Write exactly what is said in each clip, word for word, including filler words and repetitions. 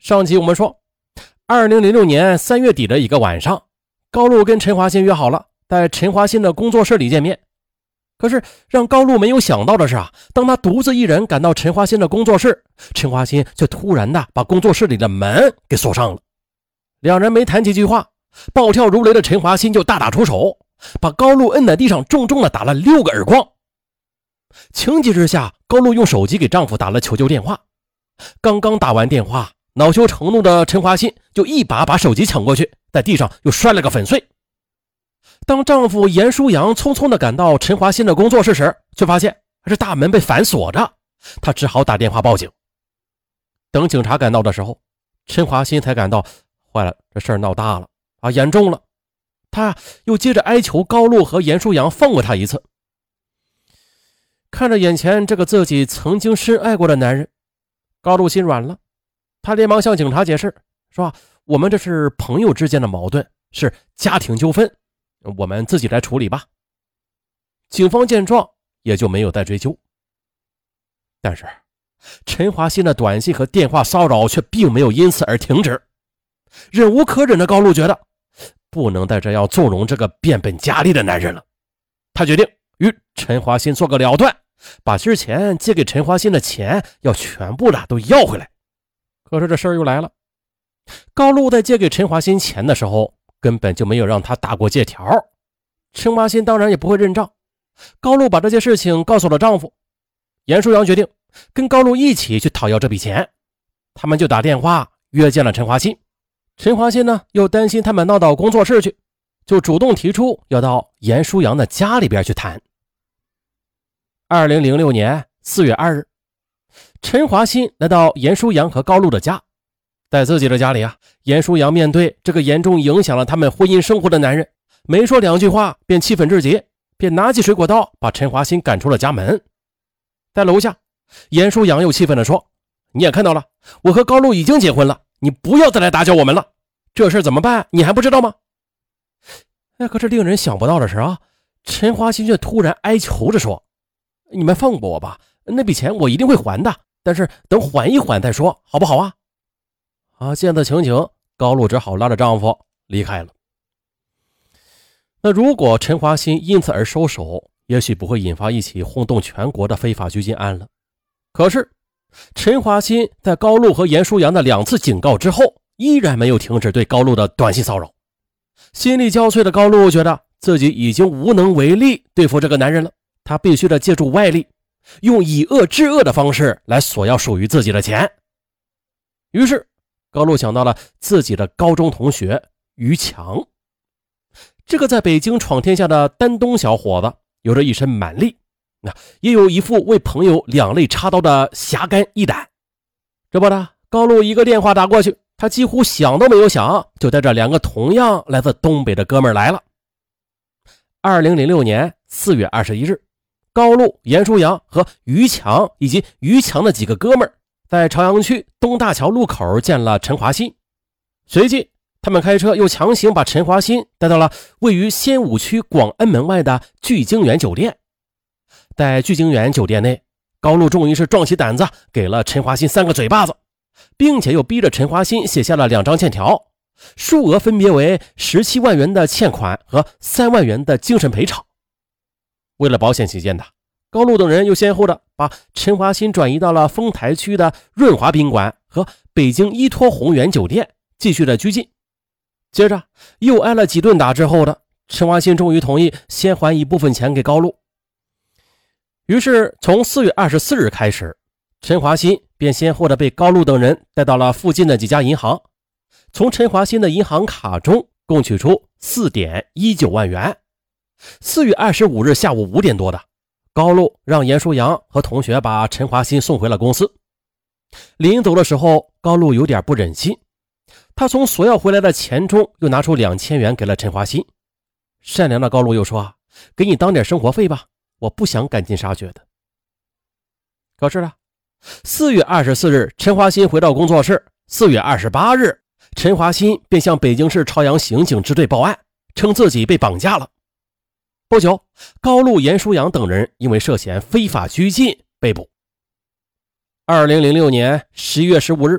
上集我们说，二零零六年三月底的一个晚上，高露跟陈华新约好了在陈华新的工作室里见面。可是让高露没有想到的是啊，当他独自一人赶到陈华新的工作室，陈华新却突然的把工作室里的门给锁上了。两人没谈几句话，暴跳如雷的陈华新就大打出手，把高露摁在地上重重的打了六个耳光。情急之下，高露用手机给丈夫打了求救电话。刚刚打完电话，恼羞成怒的陈华新就一把把手机抢过去，在地上又摔了个粉碎。当丈夫严书阳匆匆地赶到陈华新的工作室时，却发现这大门被反锁着，他只好打电话报警。等警察赶到的时候，陈华新才感到坏了，这事儿闹大了啊，严重了。他又接着哀求高露和严书阳放过他一次。看着眼前这个自己曾经深爱过的男人，高露心软了，他连忙向警察解释说，我们这是朋友之间的矛盾，是家庭纠纷，我们自己来处理吧。警方见状也就没有再追究。但是陈华新的短信和电话骚扰却并没有因此而停止。忍无可忍的高露觉得不能再这样纵容这个变本加厉的男人了，他决定与陈华新做个了断，把之前借给陈华新的钱要全部的都要回来。可是这事儿又来了，高露在借给陈华新钱的时候根本就没有让他打过借条，陈华新当然也不会认账。高露把这些事情告诉了丈夫，严书阳决定跟高露一起去讨要这笔钱，他们就打电话约见了陈华新。陈华新呢又担心他们闹到工作室去，就主动提出要到严书阳的家里边去谈。二零零六年四月二日，陈华新来到严书阳和高露的家。在自己的家里啊，严书阳面对这个严重影响了他们婚姻生活的男人，没说两句话便气愤至极，便拿起水果刀把陈华新赶出了家门。在楼下，严书阳又气愤地说，你也看到了，我和高露已经结婚了，你不要再来打搅我们了，这事怎么办你还不知道吗？哎，可是令人想不到的是啊，陈华新却突然哀求着说，你们放过我吧，那笔钱我一定会还的，但是等缓一缓再说，好不好啊？啊，见此情景，高露只好拉着丈夫离开了。那如果陈华新因此而收手，也许不会引发一起轰动全国的非法拘禁案了。可是陈华新在高露和严书阳的两次警告之后，依然没有停止对高露的短信骚扰。心力交瘁的高露觉得自己已经无能为力对付这个男人了，他必须得借助外力，用以恶制恶的方式来索要属于自己的钱。于是高露想到了自己的高中同学于强。这个在北京闯天下的丹东小伙子有着一身蛮力，也有一副为朋友两肋插刀的侠肝义胆。这不的，高露一个电话打过去，他几乎想都没有想，就带着两个同样来自东北的哥们儿来了。二零零六年四月二十一日，高露、严书阳和于强以及于强的几个哥们儿在朝阳区东大桥路口见了陈华新。随即他们开车又强行把陈华新带到了位于仙武区广安门外的聚京园酒店。在聚京园酒店内，高露终于是壮起胆子给了陈华新三个嘴巴子，并且又逼着陈华新写下了两张欠条，数额分别为十七万元的欠款和三万元的精神赔偿。为了保险起见的，高露等人又先后的把陈华新转移到了丰台区的润华宾馆和北京依托宏源酒店继续的拘禁。接着又挨了几顿打之后的，陈华新终于同意先还一部分钱给高露。于是从四月二十四日开始，陈华新便先后的被高露等人带到了附近的几家银行，从陈华新的银行卡中共取出 四点一九万元。四月二十五日下午五点多的，高露让严书阳和同学把陈华新送回了公司。临走的时候，高露有点不忍心，他从索要回来的钱中又拿出两千元给了陈华新。善良的高露又说，给你当点生活费吧，我不想赶尽杀绝的。可是呢，四月二十四日陈华新回到工作室，四月二十八日陈华新便向北京市朝阳刑警支队报案，称自己被绑架了。不久，高露、严书阳等人因为涉嫌非法拘禁被捕。二零零六年十一月十五日，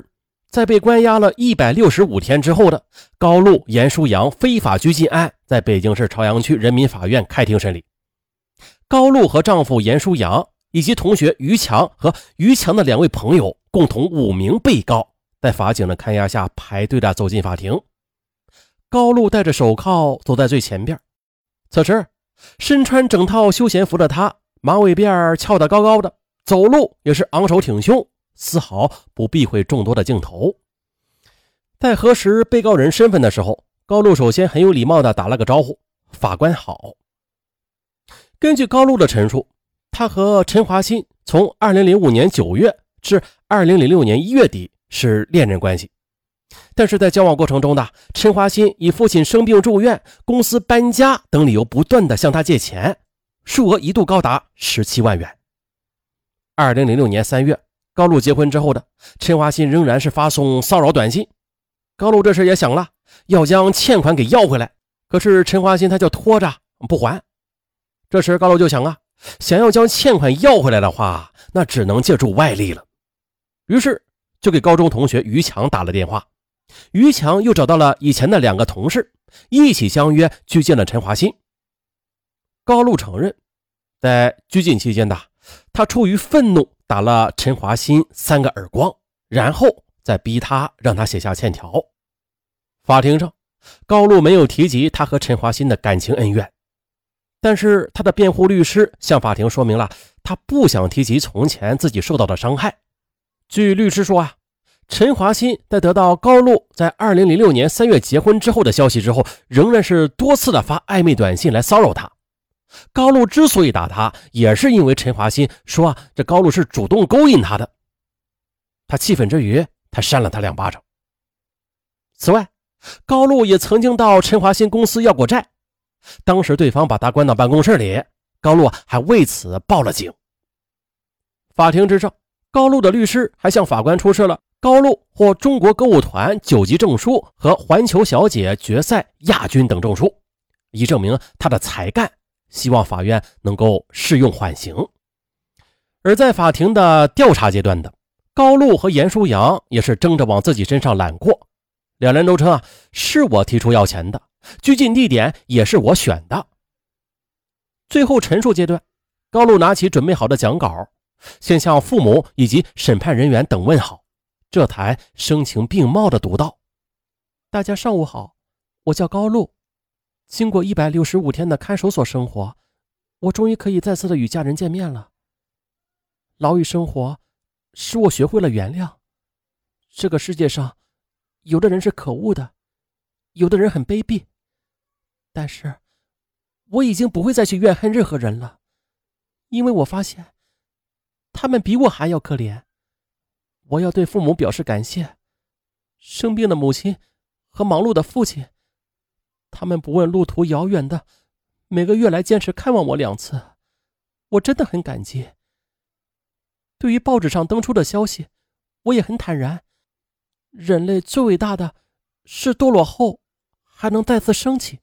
在被关押了一百六十五天之后的高露、严书阳非法拘禁案在北京市朝阳区人民法院开庭审理。高露和丈夫严书阳以及同学于强和于强的两位朋友共同五名被告在法警的看押下排队的走进法庭。高露戴着手铐走在最前边，此时身穿整套休闲服的她，马尾辫翘得高高的，走路也是昂首挺胸，丝毫不避讳众多的镜头。在核实被告人身份的时候，高露首先很有礼貌地打了个招呼，法官好。根据高露的陈述，他和陈华新从二零零五年九月至二零零六年一月底是恋人关系，但是在交往过程中的陈华新以父亲生病住院、公司搬家等理由不断地向他借钱，数额一度高达十七万元。二零零六年三月，高露结婚之后的陈华新仍然是发送骚扰短信。高露这时也想了，要将欠款给要回来，可是陈华新他就拖着不还。这时高露就想啊，想要将欠款要回来的话，那只能借助外力了。于是就给高中同学于强打了电话。于强又找到了以前的两个同事，一起相约拘禁了陈华新。高露承认，在拘禁期间的他出于愤怒打了陈华新三个耳光，然后再逼他让他写下欠条。法庭上，高露没有提及他和陈华新的感情恩怨，但是他的辩护律师向法庭说明了他不想提及从前自己受到的伤害。据律师说啊，陈华新在得到高露在二零零六年三月结婚之后的消息之后，仍然是多次的发暧昧短信来骚扰他。高露之所以打他，也是因为陈华新说啊，这高露是主动勾引他的。他气愤之余，他扇了他两巴掌。此外，高露也曾经到陈华新公司要过债，当时对方把他关到办公室里，高露还为此报了警。法庭之上，高露的律师还向法官出示了高露获中国歌舞团九级证书和环球小姐决赛亚军等证书，以证明他的才干，希望法院能够适用缓刑。而在法庭的调查阶段的高露和严书阳也是争着往自己身上揽过，两人都称啊，是我提出要钱的，拘禁地点也是我选的。最后陈述阶段，高露拿起准备好的讲稿，先向父母以及审判人员等问好，这才声情并茂地读道：大家上午好，我叫高露，经过一百六十五天的看守所生活，我终于可以再次的与家人见面了。牢狱生活使我学会了原谅。这个世界上有的人是可恶的，有的人很卑鄙，但是我已经不会再去怨恨任何人了，因为我发现他们比我还要可怜。我要对父母表示感谢，生病的母亲和忙碌的父亲，他们不问路途遥远的每个月来坚持看望我两次，我真的很感激。对于报纸上登出的消息，我也很坦然。人类最伟大的是堕落后还能再次升起。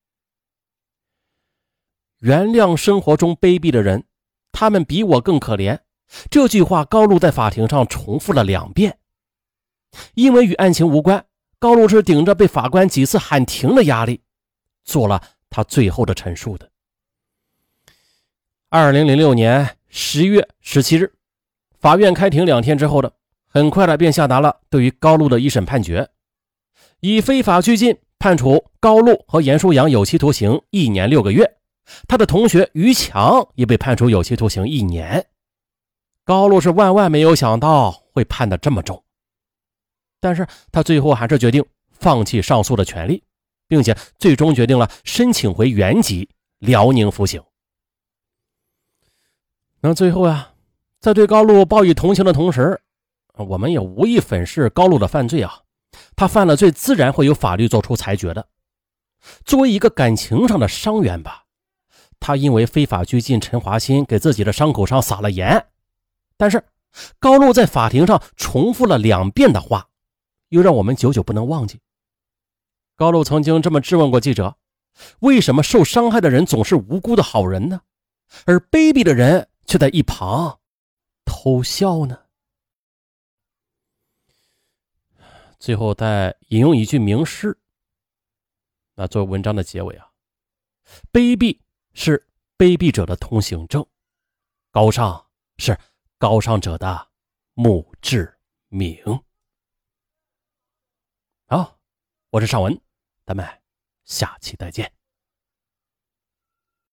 原谅生活中卑鄙的人，他们比我更可怜。这句话高露在法庭上重复了两遍。因为与案情无关，高露是顶着被法官几次喊停的压力，做了他最后的陈述的。二零零六年十月十七日，法院开庭两天之后的，很快的便下达了对于高露的一审判决，以非法拘禁判处高露和严书阳有期徒刑一年六个月，他的同学于强也被判处有期徒刑一年。高露是万万没有想到会判得这么重，但是他最后还是决定放弃上诉的权利，并且最终决定了申请回原籍辽宁服刑。那最后啊，在对高露报以同情的同时，我们也无意粉饰高露的犯罪啊，他犯了罪自然会有法律做出裁决的。作为一个感情上的伤员吧，他因为非法拘禁陈华新给自己的伤口上撒了盐，但是高露在法庭上重复了两遍的话，又让我们久久不能忘记。高露曾经这么质问过记者，为什么受伤害的人总是无辜的好人呢，而卑鄙的人却在一旁偷笑呢？ 最后再引用一句名诗。那作为文章的结尾啊，卑鄙是卑鄙者的通行证，高尚是高尚者的墓志铭。好，我是尚文，咱们下期再见。